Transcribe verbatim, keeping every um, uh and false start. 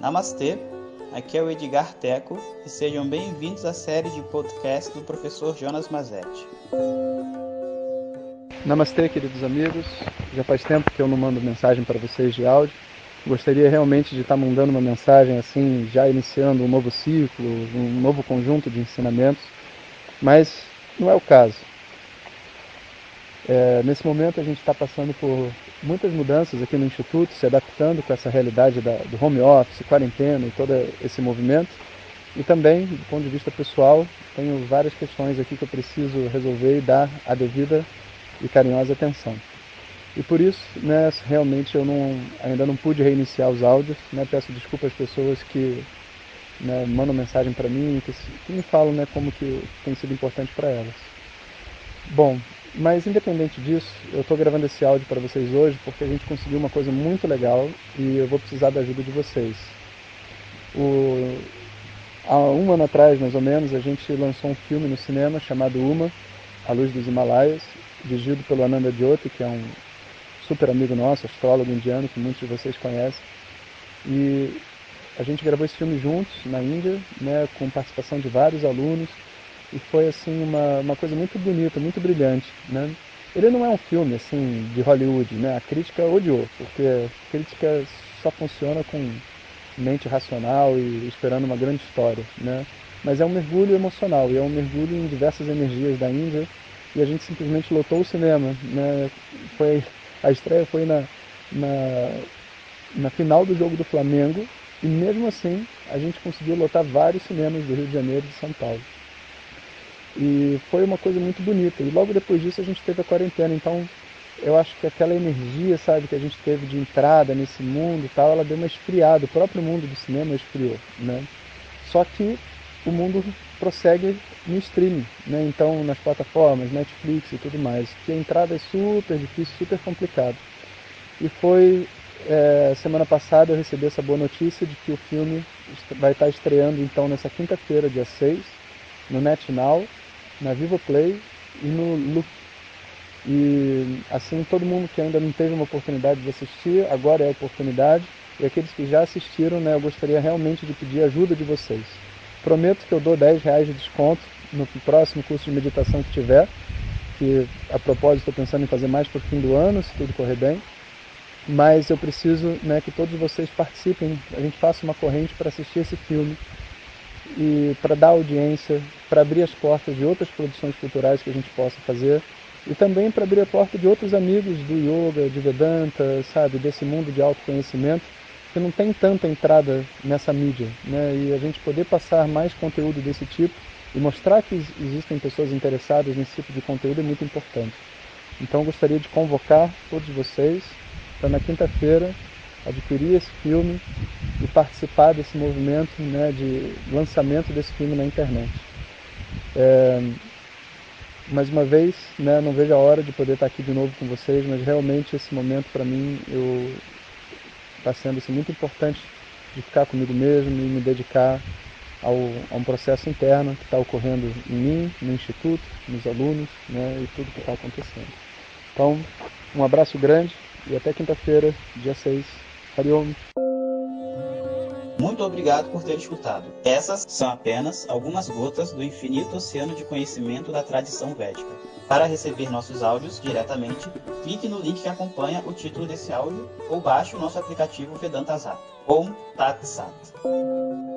Namastê, aqui é o Edgar Teco e sejam bem-vindos à série de podcast do professor Jonas Mazetti. Namastê, queridos amigos. Já faz tempo que eu não mando mensagem para vocês de áudio. Gostaria realmente de estar mandando uma mensagem assim, já iniciando um novo ciclo, um novo conjunto de ensinamentos, mas não é o caso. É, nesse momento a gente está passando por muitas mudanças aqui no Instituto, se adaptando com essa realidade da, do home office, quarentena e todo esse movimento. E também, do ponto de vista pessoal, tenho várias questões aqui que eu preciso resolver e dar a devida e carinhosa atenção. E por isso, né, realmente eu não, ainda não pude reiniciar os áudios, né, peço desculpa às pessoas que, né, mandam mensagem para mim, que, que me falam, né, como que tem sido importante para elas. Bom, mas independente disso, eu estou gravando esse áudio para vocês hoje porque a gente conseguiu uma coisa muito legal e eu vou precisar da ajuda de vocês. O, há um ano atrás, mais ou menos, a gente lançou um filme no cinema chamado Uma, A Luz dos Himalaias, dirigido pelo Ananda Jyoti, que é um super amigo nosso, astrólogo indiano, que muitos de vocês conhecem. E a gente gravou esse filme juntos na Índia, né, com participação de vários alunos, e foi assim uma, uma coisa muito bonita, muito brilhante, né? Ele não é um filme assim de Hollywood, né? A crítica odiou, porque a crítica só funciona com mente racional e esperando uma grande história, né? Mas é um mergulho emocional, e é um mergulho em diversas energias da Índia, e a gente simplesmente lotou o cinema, né? Foi, a estreia foi na, na, na final do jogo do Flamengo, e mesmo assim a gente conseguiu lotar vários cinemas do Rio de Janeiro e de São Paulo. E foi uma coisa muito bonita, e logo depois disso a gente teve a quarentena, então eu acho que aquela energia, sabe, que a gente teve de entrada nesse mundo e tal, ela deu uma esfriada, o próprio mundo do cinema esfriou, né? Só que o mundo prossegue no streaming, né? Então nas plataformas, Netflix e tudo mais, que a entrada é super difícil, super complicado. E foi, é, semana passada eu recebi essa boa notícia de que o filme vai estar estreando então nessa quinta-feira, dia seis, no NetNow, na Vivoplay e no Look. E assim, todo mundo que ainda não teve uma oportunidade de assistir, agora é a oportunidade. E aqueles que já assistiram, né, eu gostaria realmente de pedir a ajuda de vocês. Prometo que eu dou dez reais de desconto no próximo curso de meditação que tiver, que a propósito estou pensando em fazer mais para o fim do ano, se tudo correr bem. Mas eu preciso, né, que todos vocês participem, a gente faça uma corrente para assistir esse filme e para dar audiência, para abrir as portas de outras produções culturais que a gente possa fazer e também para abrir a porta de outros amigos do yoga, de Vedanta, sabe, desse mundo de autoconhecimento que não tem tanta entrada nessa mídia, né? E a gente poder passar mais conteúdo desse tipo e mostrar que existem pessoas interessadas nesse tipo de conteúdo é muito importante. Então eu gostaria de convocar todos vocês para na quinta-feira adquirir esse filme e participar desse movimento, né, de lançamento desse filme na internet. É, mais uma vez, né, não vejo a hora de poder estar aqui de novo com vocês, mas realmente esse momento para mim está sendo assim, muito importante de ficar comigo mesmo e me dedicar ao, a um processo interno que está ocorrendo em mim, no Instituto, nos alunos, né, e tudo que está acontecendo. Então, um abraço grande e até quinta-feira, dia seis. Hariom. Muito obrigado por ter escutado. Essas são apenas algumas gotas do infinito oceano de conhecimento da tradição védica. Para receber nossos áudios diretamente, clique no link que acompanha o título desse áudio ou baixe o nosso aplicativo Vedanta Zap. Om Tat Sat.